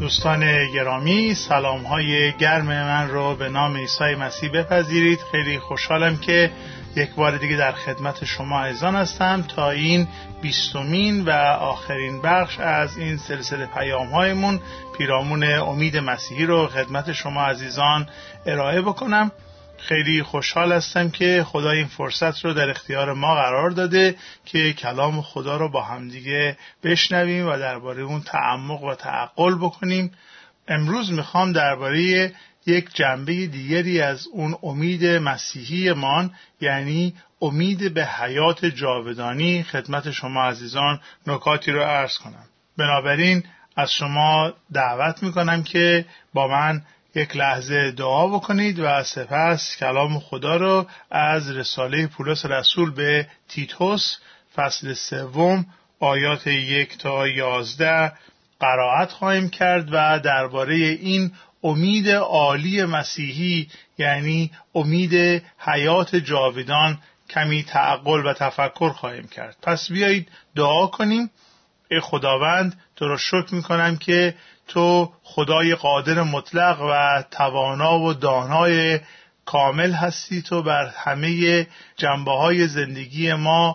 دوستان گرامی، سلام‌های گرم من رو به نام عیسی مسیح بپذیرید. خیلی خوشحالم که یک بار دیگه در خدمت شما عزیزان هستم تا این 20مین و آخرین بخش از این سلسله پیام‌هایمون پیرامون امید مسیحی رو خدمت شما عزیزان ارائه بکنم. خیلی خوشحال هستم که خدا این فرصت رو در اختیار ما قرار داده که کلام خدا رو با همدیگه بشنویم و درباره اون تعمق و تعقل بکنیم. امروز میخوام درباره یک جنبه دیگری از اون امید مسیحی مان، یعنی امید به حیات جاودانی، خدمت شما عزیزان نکاتی رو عرض کنم. بنابراین از شما دعوت میکنم که با من یک لحظه دعا بکنید و سپس کلام خدا رو از رساله پولس رسول به تیتوس فصل 3 آیات 1 تا 11 قرائت خواهیم کرد و درباره این امید عالی مسیحی، یعنی امید حیات جاودان، کمی تعقل و تفکر خواهیم کرد. پس بیایید دعا کنیم. ای خداوند، تو را شکر میکنم که تو خدای قادر مطلق و توانا و دانای کامل هستی. تو بر همه جنبه‌های زندگی ما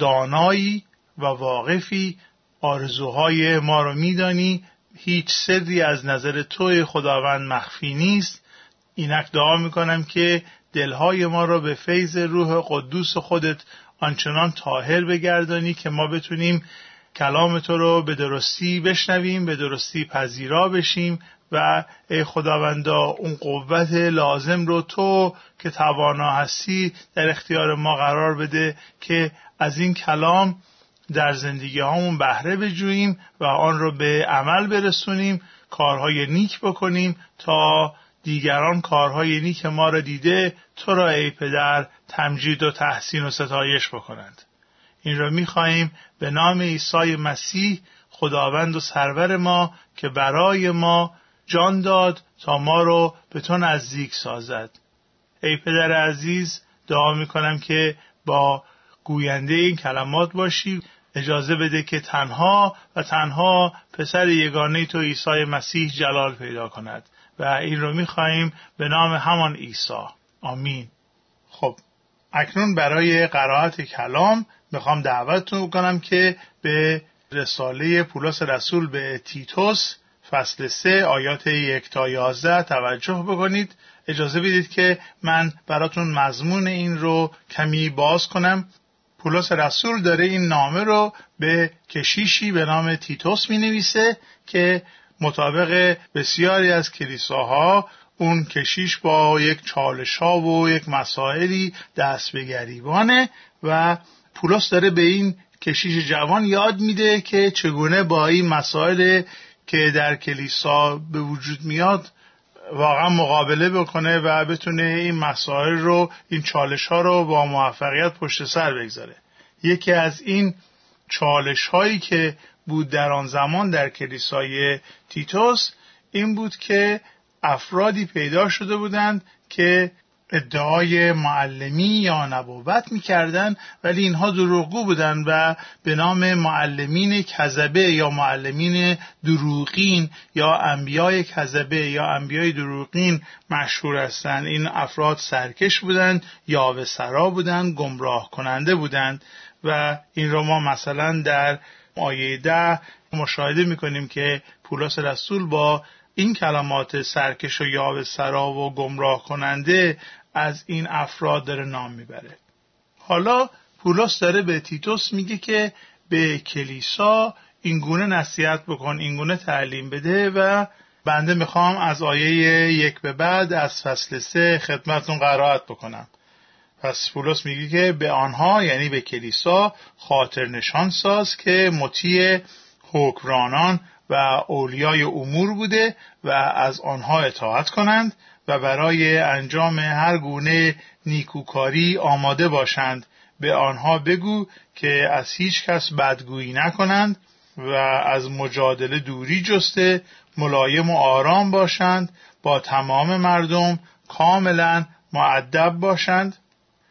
دانایی و واقفی، آرزوهای ما رو میدانی، هیچ سری از نظر توی خداوند مخفی نیست. اینک دعا میکنم که دلهای ما رو به فیض روح قدوس خودت آنچنان طاهر بگردانی که ما بتونیم کلام تو رو به درستی بشنویم، به درستی پذیرا بشیم و ای خداوندا اون قوت لازم رو تو که توانا هستی در اختیار ما قرار بده که از این کلام در زندگی هامون بهره بجوییم و آن رو به عمل برسونیم، کارهای نیک بکنیم تا دیگران کارهای نیک ما را دیده تو را ای پدر تمجید و تحسین و ستایش بکنند. این را می‌خواهیم به نام عیسی مسیح خداوند و سرور ما که برای ما جان داد تا ما رو به تو نزدیک سازد. ای پدر عزیز، دعا می‌کنم که با گوینده این کلمات باشی. اجازه بده که تنها و تنها پسر یگانه تو عیسی مسیح جلال پیدا کند و این رو می‌خواهیم به نام همان عیسی. آمین. خب اکنون برای قرائت کلام میخوام دعوتتون کنم که به رساله پولس رسول به تیتوس فصل 3 آیات 1 تا 11 توجه بکنید. اجازه بدید که من براتون مضمون این رو کمی باز کنم. پولس رسول داره این نامه رو به کشیشی به نام تیتوس می نویسه که مطابق بسیاری از کلیساها اون کشیش با یک چالش‌ها و یک مسائلی دست به گریبانه و پولس داره به این کشیش جوان یاد میده که چگونه با این مسائل که در کلیسا به وجود میاد واقعا مقابله بکنه و بتونه این مسائل رو، این چالش‌ها رو با موفقیت پشت سر بگذاره. یکی از این چالش‌هایی که بود در آن زمان در کلیسای تیتوس این بود که افرادی پیدا شده بودند که ادعای معلمی یا نبوت می‌کردند، ولی اینها دروغگو بودند و به نام معلمین کذبه یا معلمین دروغین یا انبیای کذبه یا انبیای دروغین مشهور هستند. این افراد سرکش بودند، یاوه‌سرا بودند، گمراه کننده بودند و این رو ما مثلا در آیه 10 مشاهده می‌کنیم که پولس رسول با این کلمات سرکش و یاوه‌سرا و گمراه کننده از این افراد داره نام میبره. حالا پولس داره به تیتوس میگه که به کلیسا اینگونه نصیحت بکن، اینگونه تعلیم بده و بنده میخوام از آیه 1 به بعد از فصل 3 خدمتون قرائت بکنم. پس پولس میگه که به آنها، یعنی به کلیسا، خاطر نشان ساز که مطیع حکمرانان و اولیای امور بوده و از آنها اطاعت کنند و برای انجام هر گونه نیکوکاری آماده باشند. به آنها بگو که از هیچ کس بدگویی نکنند و از مجادله دوری جسته، ملایم و آرام باشند، با تمام مردم کاملا مؤدب باشند.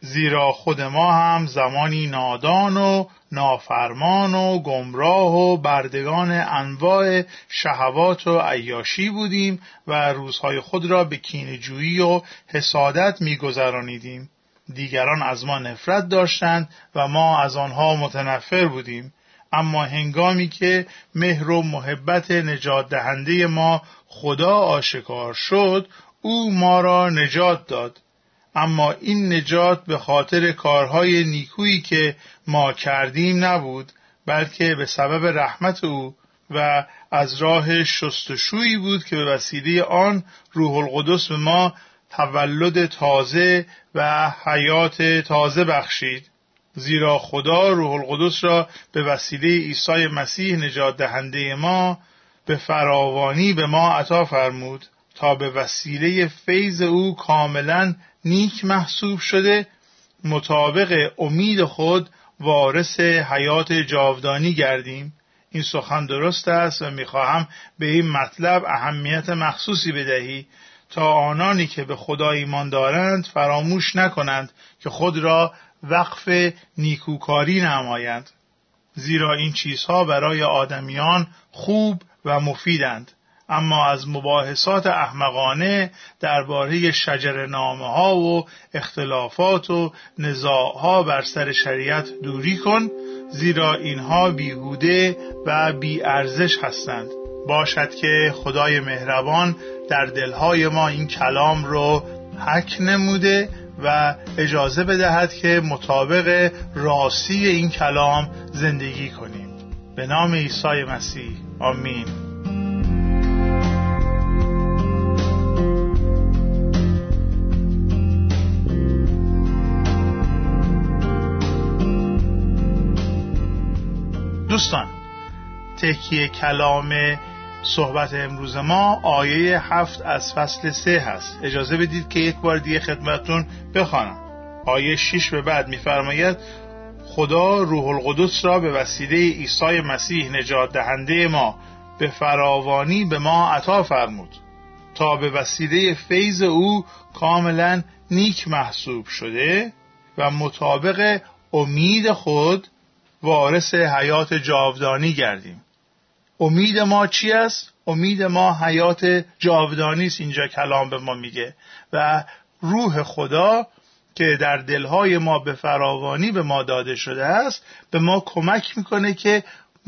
زیرا خود ما هم زمانی نادان و نافرمان و گمراه و بردگان انواع شهوات و عیاشی بودیم و روزهای خود را به کینه‌جویی و حسادت می‌گذرانیدیم. دیگران از ما نفرت داشتند و ما از آنها متنفر بودیم. اما هنگامی که مهر و محبت نجات دهنده ما خدا آشکار شد، او ما را نجات داد. اما این نجات به خاطر کارهای نیکویی که ما کردیم نبود، بلکه به سبب رحمت او و از راه شستشویی بود که به وسیله آن روح القدس به ما تولد تازه و حیات تازه بخشید. زیرا خدا روح القدس را به وسیله عیسی مسیح نجات دهنده ما به فراوانی به ما عطا فرمود تا به وسیله فیض او کاملا نیک محسوب شده مطابق امید خود وارث حیات جاودانی گردیم. این سخن درست است و میخواهم به این مطلب اهمیت مخصوصی بدهی تا آنانی که به خدا ایمان دارند فراموش نکنند که خود را وقف نیکوکاری نمایند، زیرا این چیزها برای آدمیان خوب و مفیدند. اما از مباحثات احمقانه درباره شجره‌نامه‌ها و اختلافات و نزاع‌ها بر سر شریعت دوری کن، زیرا اینها بیهوده و بی‌ارزش هستند. باشد که خدای مهربان در دلهای ما این کلام رو حک نموده و اجازه بدهد که مطابق راستی این کلام زندگی کنیم. به نام عیسی مسیح، آمین. دوستان، تکیه کلام صحبت امروز ما آیه 7 از فصل 3 هست. اجازه بدید که یک بار دیگه خدمتتون بخوانم. آیه 6 به بعد می‌فرماید خدا روح القدس را به وسیله عیسی مسیح نجات دهنده ما به فراوانی به ما عطا فرمود تا به وسیله فیض او کاملا نیک محسوب شده و مطابق امید خود وارث حیات جاودانی گردیم. امید ما چی است؟ امید ما حیات جاودانی است. اینجا کلام به ما میگه و روح خدا که در دلهای ما به فراوانی به ما داده شده است به ما کمک میکنه که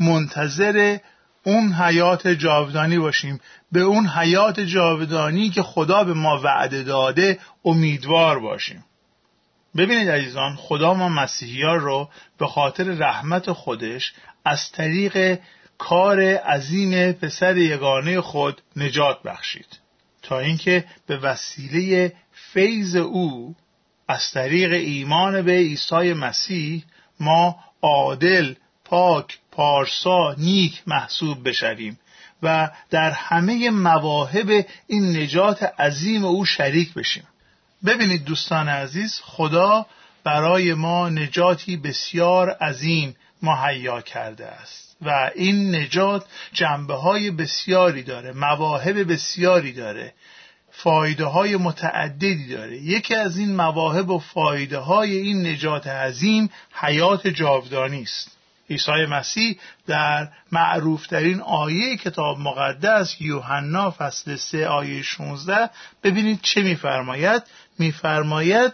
منتظر اون حیات جاودانی باشیم، به اون حیات جاودانی که خدا به ما وعده داده امیدوار باشیم. ببینید عزیزان، خدا ما مسیحیان رو به خاطر رحمت خودش از طریق کار عظیم پسر یگانه خود نجات بخشید تا اینکه به وسیله فیض او از طریق ایمان به عیسی مسیح ما عادل، پاک، پارسا، نیک محسوب بشویم و در همه مواهب این نجات عظیم او شریک بشیم. ببینید دوستان عزیز، خدا برای ما نجاتی بسیار عظیم مهیا کرده است و این نجات جنبه‌های بسیاری داره، مواهب بسیاری داره، فایده‌های متعددی داره. یکی از این مواهب و فایده‌های این نجات عظیم حیات جاودانی است. عیسی مسیح در معروفترین آیه کتاب مقدس یوحنا فصل 3 آیه 16 ببینید چه می‌فرماید. می‌فرماید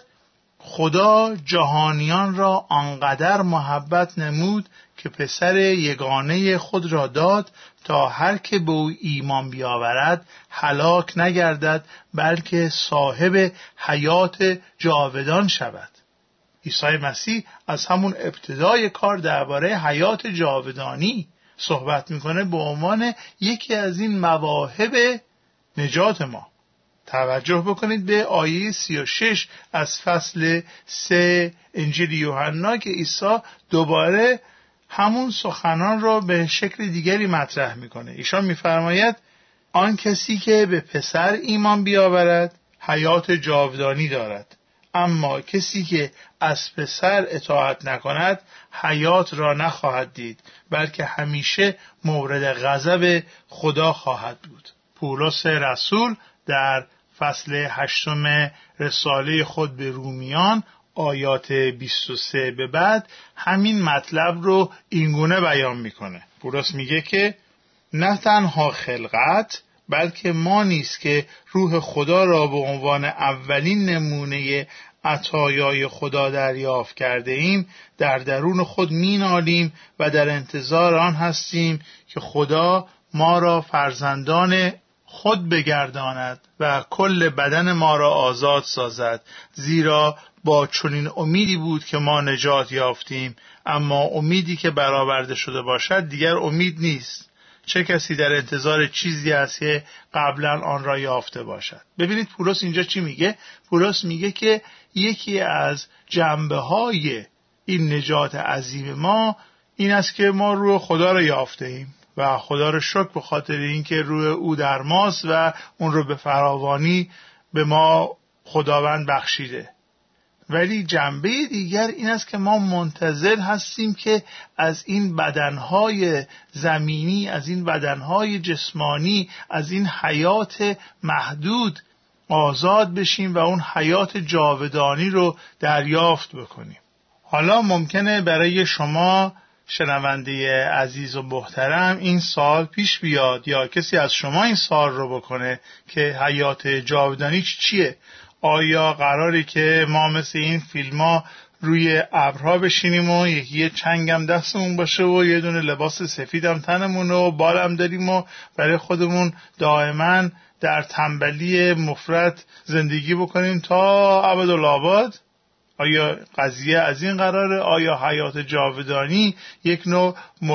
خدا جهانیان را آنقدر محبت نمود که پسر یگانه خود را داد تا هر که به او ایمان بیاورد هلاک نگردد بلکه صاحب حیات جاودان شود. عیسی مسیح از همون ابتدای کار درباره حیات جاودانی صحبت میکنه به عنوان یکی از این مواهب نجات ما. توجه بکنید به آیه 36 از فصل 3 انجیل یوحنا که عیسی دوباره همون سخنان را به شکل دیگری مطرح میکنه. ایشان میفرماید آن کسی که به پسر ایمان بیاورد حیات جاودانی دارد، اما کسی که از پسر اطاعت نکند حیات را نخواهد دید بلکه همیشه مورد غضب خدا خواهد بود. پولس رسول در فصل 8 رساله خود به رومیان آیات 23 به بعد همین مطلب رو اینگونه بیان میکنه. پولس میگه که نه تنها خلقت بلکه ما نیز که روح خدا را به عنوان اولین نمونه عطایای خدا دریافت کرده ایم در درون خود مینالیم و در انتظار آن هستیم که خدا ما را فرزندان خود بگرداند و کل بدن ما را آزاد سازد، زیرا با چنین امیدی بود که ما نجات یافتیم، اما امیدی که برآورده شده باشد دیگر امید نیست. چه کسی در انتظار چیزی است که قبلا آن را یافته باشد؟ ببینید پولس اینجا چی میگه؟ پولس میگه که یکی از جنبه‌های این نجات عظیم ما این است که ما روح خدا را یافته ایم و خدا را شکر به خاطر اینکه روح او در ماست و اون رو به فراوانی به ما خداوند بخشیده. ولی جنبه دیگر این است که ما منتظر هستیم که از این بدنهای زمینی، از این بدنهای جسمانی، از این حیات محدود آزاد بشیم و اون حیات جاودانی رو دریافت بکنیم. حالا ممکنه برای شما شنونده عزیز و محترم این سوال پیش بیاد یا کسی از شما این سوال رو بکنه که حیات جاودانی چیه؟ آیا قراری که ما مثل این فیلم ها روی ابرها بشینیم و یه چنگم دستمون باشه و یه دونه لباس سفیدم تنمون و بالم داریم و برای خودمون دائما در تنبلی مفرط زندگی بکنیم تا ابدالآباد؟ آیا قضیه از این قراره؟ آیا حیات جاودانی یک نوع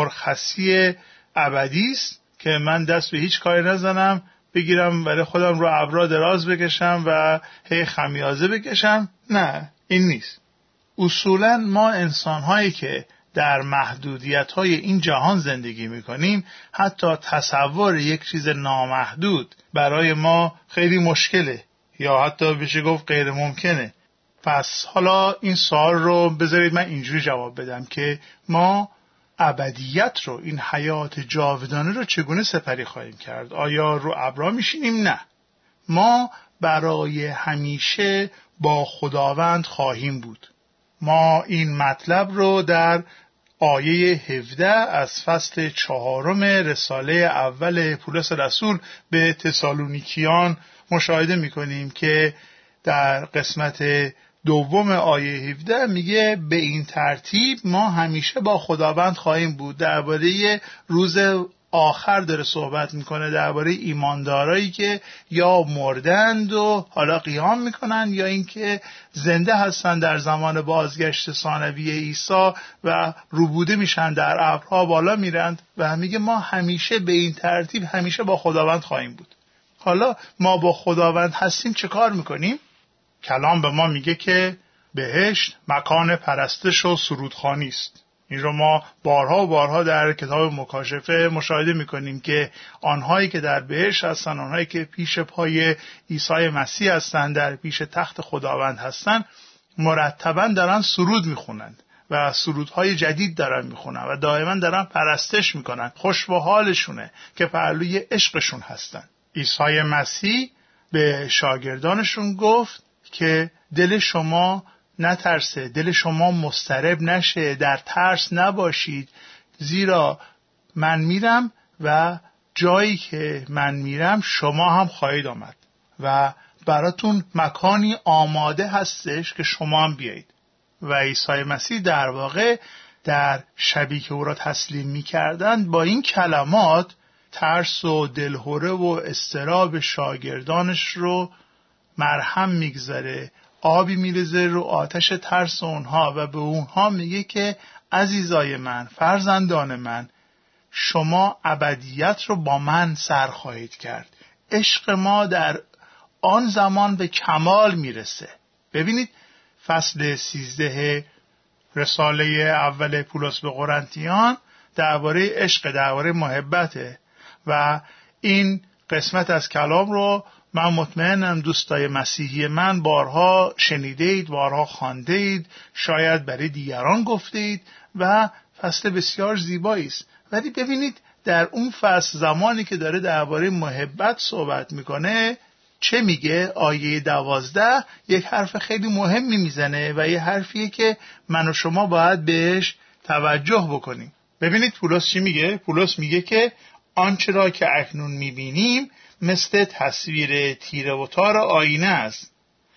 مرخصی ابدی است که من دست به هیچ کاری نزنم، بگیرم برای خودم رو ابرا دراز بکشم و هی خمیازه بکشم؟ نه، این نیست. اصولا ما انسان‌هایی که در محدودیت‌های این جهان زندگی می‌کنیم، حتی تصور یک چیز نامحدود برای ما خیلی مشکله یا حتی بشه گفت غیر ممکنه. پس حالا این سوال رو بذارید من اینجوری جواب بدم که ما ابدیت رو، این حیات جاودانه رو چگونه سپری خواهیم کرد؟ آیا رو ابرا میشینیم؟ نه، ما برای همیشه با خداوند خواهیم بود. ما این مطلب رو در آیه 17 از فصل 4 رساله اول پولس رسول به تسالونیکیان مشاهده میکنیم که در قسمت دوم آیه 17 میگه به این ترتیب ما همیشه با خداوند خواهیم بود. درباره روز آخر داره صحبت میکنه، درباره ایماندارایی که یا مردند و حالا قیام میکنن یا اینکه زنده هستن در زمان بازگشت ثانوی عیسی و روبوده میشن، در ابرها بالا میرند و میگه ما همیشه به این ترتیب همیشه با خداوند خواهیم بود. حالا ما با خداوند هستیم چه کار میکنیم؟ کلام به ما میگه که بهشت مکان پرستش و سرودخوانی است. این رو ما بارها و بارها در کتاب مکاشفه مشاهده میکنیم که آنهایی که در بهشت هستن، آنهایی که پیش پای عیسی مسیح هستن، در پیش تخت خداوند هستن، مرتبا دارن سرود میخونند و سرودهای جدید دارن میخونن و دائما دارن پرستش میکنن. خوش به حالشونه که پهلوی عشقشون هستن. عیسی مسیح به شاگردانشون گفت که دل شما نترسه، دل شما مضطرب نشه، در ترس نباشید، زیرا من میرم و جایی که من میرم شما هم خواهید آمد و براتون مکانی آماده هستش که شما هم بیایید. و عیسی مسیح در واقع در شبی که او را تسلیم میکردند با این کلمات ترس و دلهره و اضطراب شاگردانش رو مرهم میگذاره، آبی میریزه رو آتش ترس اونها و به اونها میگه که عزیزای من، فرزندان من، شما ابدیت رو با من سر خواهید کرد. عشق ما در آن زمان به کمال میرسه. ببینید فصل 13 رساله اول پولس به قرنتیان درباره عشق، درباره محبته و این قسمت از کلام رو من مطمئنم دوستای مسیحی من بارها شنیدید، بارها خواندید، شاید برای دیگران گفتید و فصل بسیار زیبایی است. ولی ببینید در اون فصل زمانی که داره درباره محبت صحبت میکنه چه میگه؟ آیه 12 یک حرف خیلی مهمی میزنه و یه حرفیه که من و شما باید بهش توجه بکنیم. ببینید پولس چی میگه؟ پولس میگه که آنچه را که اکنون میبینیم مثل تصویر تیره و تار آینه است،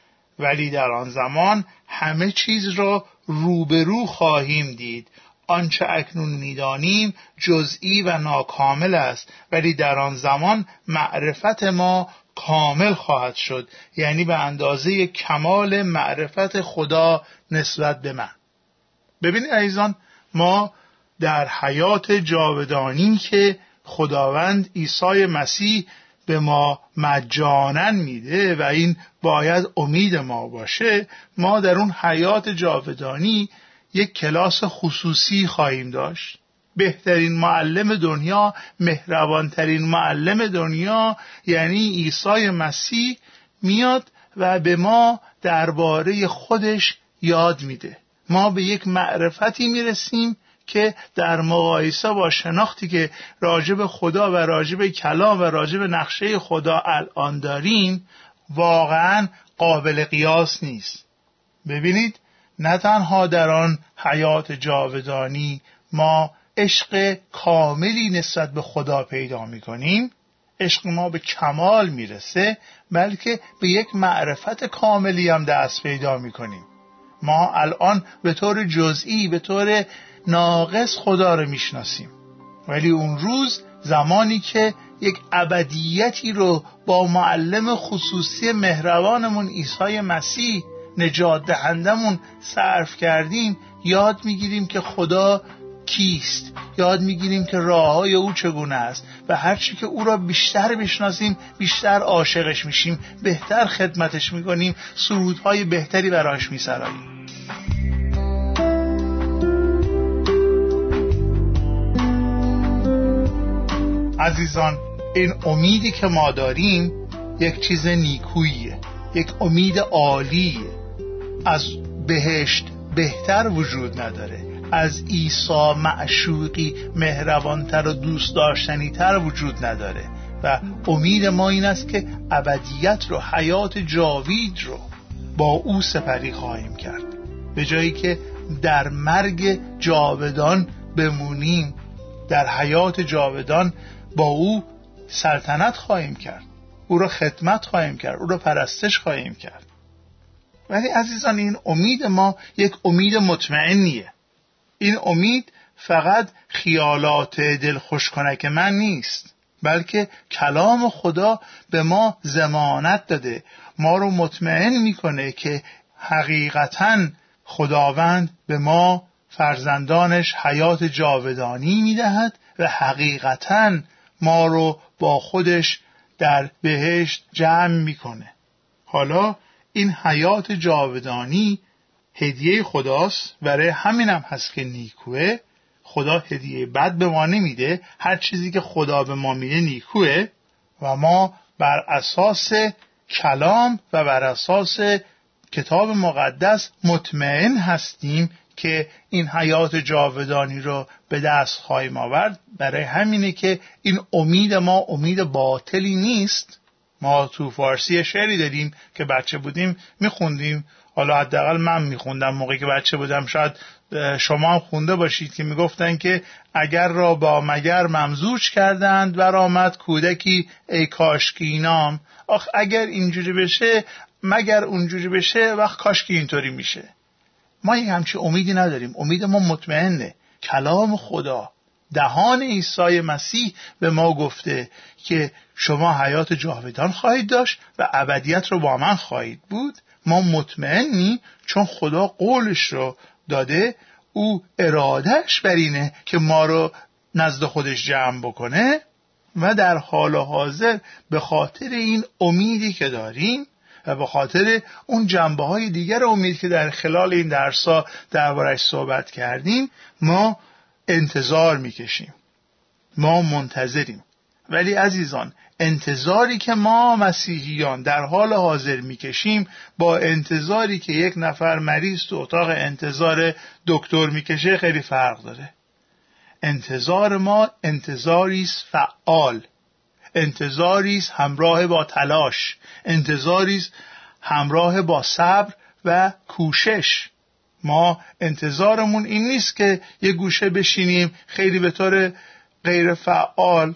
ولی در آن زمان همه چیز را روبرو خواهیم دید. آنچه اکنون میدانیم جزئی و ناکامل است، ولی در آن زمان معرفت ما کامل خواهد شد، یعنی به اندازه کمال معرفت خدا نسبت به من. ببینید عزیزان، ما در حیات جاودانی که خداوند عیسی مسیح به ما مجانا میده و این باید امید ما باشه، ما در اون حیات جاودانی یک کلاس خصوصی خواهیم داشت. بهترین معلم دنیا، مهربانترین معلم دنیا یعنی عیسی مسیح میاد و به ما درباره خودش یاد میده. ما به یک معرفتی میرسیم که در مقایسه با شناختی که راجب خدا و راجب کلام و راجب نقشه خدا الان داریم واقعا قابل قیاس نیست. ببینید، نه تنها در آن حیات جاودانی ما عشق کاملی نسبت به خدا پیدا می‌کنیم، عشق ما به کمال میرسه، بلکه به یک معرفت کاملی هم دست پیدا می‌کنیم. ما الان به طور جزئی، به طور ناقص خدا رو میشناسیم، ولی اون روز زمانی که یک ابدیتی رو با معلم خصوصی مهربانمون عیسی مسیح نجات دهندمون صرف کردیم، یاد میگیریم که خدا کیست، یاد میگیریم که راههای او چگونه است و هرچی که او را بیشتر بشناسیم بیشتر عاشقش میشیم، بهتر خدمتش میکنیم، سرودهای بهتری برایش میسراییم. عزیزان، این امیدی که ما داریم یک چیز نیکوییه، یک امید عالیه. از بهشت بهتر وجود نداره، از عیسی معشوقی مهربانتر و دوست داشتنی تر وجود نداره و امید ما این است که ابدیت رو، حیات جاوید رو با او سپری خواهیم کرد. به جایی که در مرگ جاودان بمونیم، در حیات جاودان با او سلطنت خواهیم کرد، او را خدمت خواهیم کرد، او را پرستش خواهیم کرد. ولی عزیزان، این امید ما یک امید مطمئنیه. این امید فقط خیالات دلخوش کنک من نیست، بلکه کلام خدا به ما ضمانت داده، ما رو مطمئن میکنه که حقیقتاً خداوند به ما فرزندانش حیات جاودانی میدهد و حقیقتاً ما رو با خودش در بهشت جمع میکنه. حالا این حیات جاودانی هدیه خداست، برای همینم هست که نیکوه. خدا هدیه بد به ما نمیده، هر چیزی که خدا به ما میده نیکوه و ما بر اساس کلام و بر اساس کتاب مقدس مطمئن هستیم که این حیات جاودانی رو به دست خواهیم آورد. برای همینه که این امید ما امید باطلی نیست. ما تو فارسی شعری داریم که بچه بودیم میخوندیم، حالا حداقل من میخوندم موقعی که بچه بودم، شاید شما هم خونده باشید، که میگفتن که اگر را با مگر ممزوج کردند برآمد کودکی ای کاشکی نام. اگر اینجوری بشه مگر اونجوری بشه، وقت کاشکی اینطوری میشه. ما یک همچین امیدی نداریم. امید ما مطمئنه. کلام خدا، دهان عیسی مسیح به ما گفته که شما حیات جاودان خواهید داشت و ابدیت رو با من خواهید بود. ما مطمئنی چون خدا قولش رو داده، او ارادهش بر اینه که ما رو نزد خودش جمع بکنه و در حال حاضر به خاطر این امیدی که داریم و به خاطر اون جنبه‌های دیگر امید که در خلال این درس‌ها درباره‌اش صحبت کردیم ما انتظار می‌کشیم، ما منتظریم. ولی عزیزان، انتظاری که ما مسیحیان در حال حاضر می‌کشیم با انتظاری که یک نفر مریض تو اتاق انتظار دکتر می‌کشه خیلی فرق داره. انتظار ما انتظاری است فعال، انتظاری است همراه با تلاش، انتظاری است همراه با صبر و کوشش. ما انتظارمون این نیست که یه گوشه بشینیم خیلی به طور غیر فعال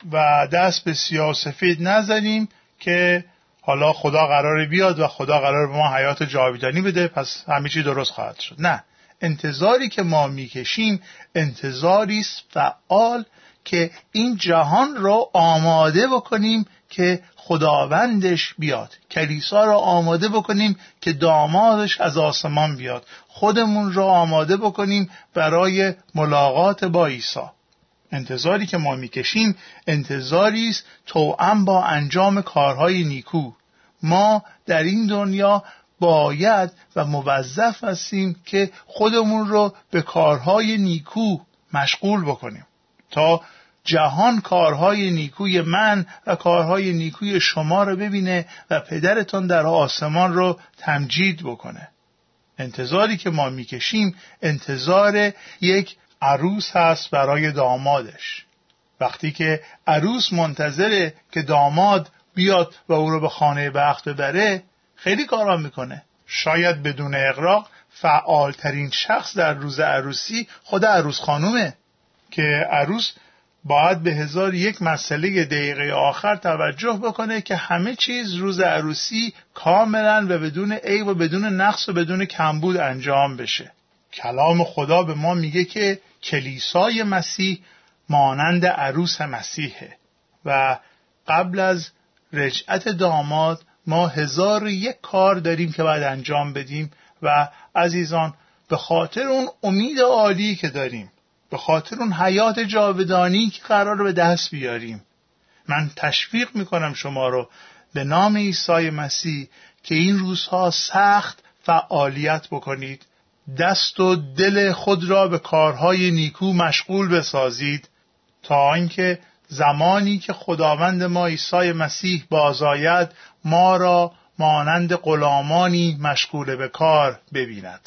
و دست به سیاه و سفید نزنیم که حالا خدا قراره بیاد و خدا قراره به ما حیات جاودانی بده پس همه چی درست خواهد شد. نه، انتظاری که ما میکشیم انتظاری است فعال که این جهان رو آماده بکنیم که خداوندش بیاد، کلیسا رو آماده بکنیم که دامادش از آسمان بیاد، خودمون رو آماده بکنیم برای ملاقات با عیسی. انتظاری که ما میکشیم انتظاری است توأم با انجام کارهای نیکو. ما در این دنیا باید و موظف هستیم که خودمون رو به کارهای نیکو مشغول بکنیم تا جهان کارهای نیکوی من و کارهای نیکوی شما رو ببینه و پدرتون در آسمان رو تمجید بکنه. انتظاری که ما میکشیم انتظار یک عروس هست برای دامادش. وقتی که عروس منتظره که داماد بیاد و او رو به خانه بخت ببره خیلی کارا میکنه. شاید بدون اغراق فعالترین شخص در روز عروسی خود عروس خانومه که عروس باید به 1001 مسئله دقیقه آخر توجه بکنه که همه چیز روز عروسی کاملا و بدون عیب و بدون نقص و بدون کمبود انجام بشه. کلام خدا به ما میگه که کلیسای مسیح مانند عروس مسیحه و قبل از رجعت داماد ما 1001 کار داریم که باید انجام بدیم و عزیزان به خاطر اون امید عالی که داریم، به خاطر اون حیات جاودانی که قراره به دست بیاریم، من تشویق میکنم شما رو به نام عیسی مسیح که این روزها سخت فعالیت بکنید، دست و دل خود را به کارهای نیکو مشغول بسازید تا آنکه زمانی که خداوند ما عیسی مسیح بازآید ما را مانند غلامانی مشغول به کار ببیند.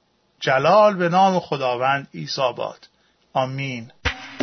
جلال به نام خداوند عیسی باد. آمین.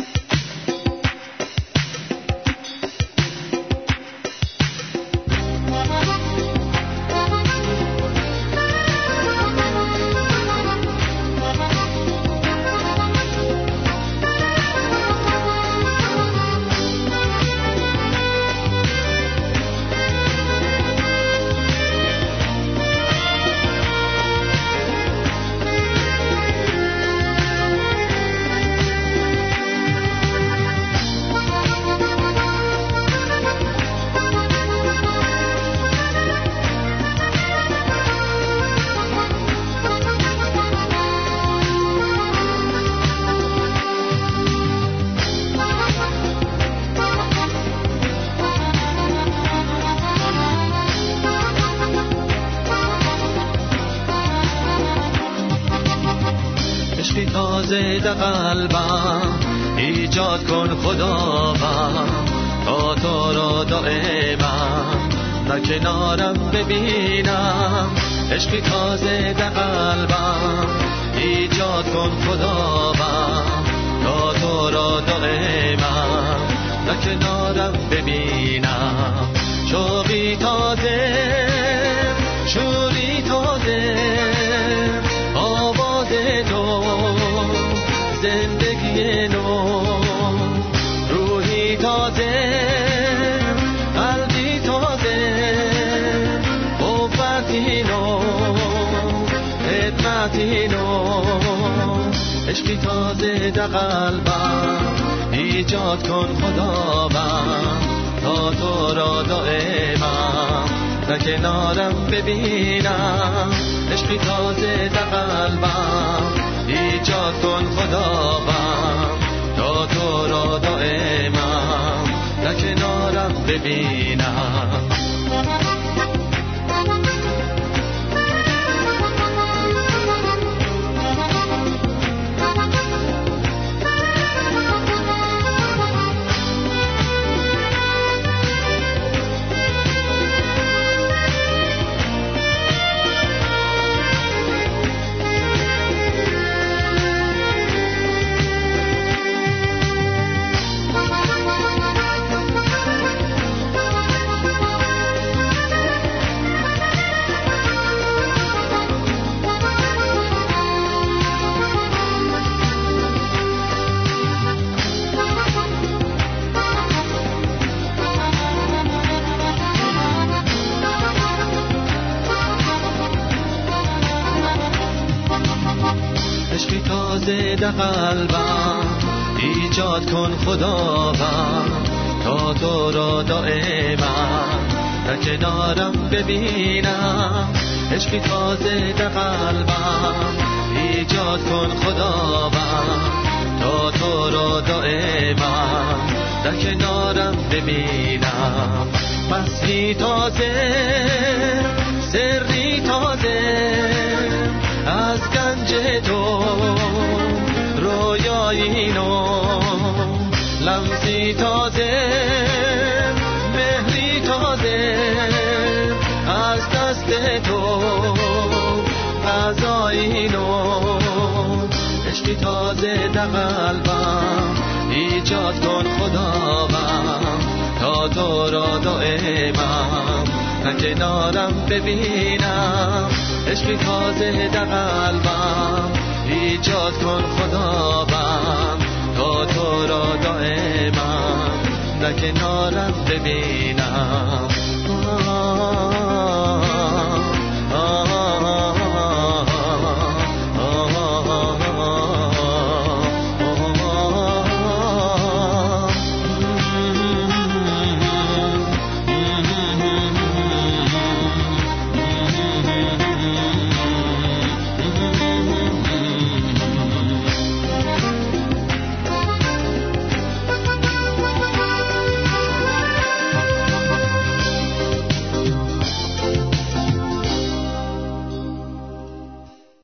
در قلبم ایجاد کن خداوند تا تو را دائما در کنارم ببینم. عشقی تازه در قلبم ایجاد کن خداوند تا تو را دائما در کنارم ببینم. شوقی تازه شوری تازه آواز تو زندگی نو روحی تازه قلبی تازه قوتی نو خدمتی نو عشقی تازه در قلبم ایجاد کن خداوند تا تو را دائما در کنارم ببینم. عشقی تازه در قلبم ایجاد کن خداوند تا تو را دائما در کنارم ببینم. تازه در قلبم ایجاد کن خداوند، تا تو را دائما در کنارم ببینم. عشقی تازه در قلبم ایجاد کن خداوند، تا تو را دائما در کنارم ببینم. مسیحی تازه، سری تازه از گنج تو، رویایی نو، لمسی تازه، مهری تازه از دست تو، غذایی نو. عشقی تازه در قلبم ایجاد کن خداوند، تا تو را دائما در کنارم ببینم. عشقی تازه در قلبم ایجاد کن خداوند، تا تو را دائما در کنارم ببینم.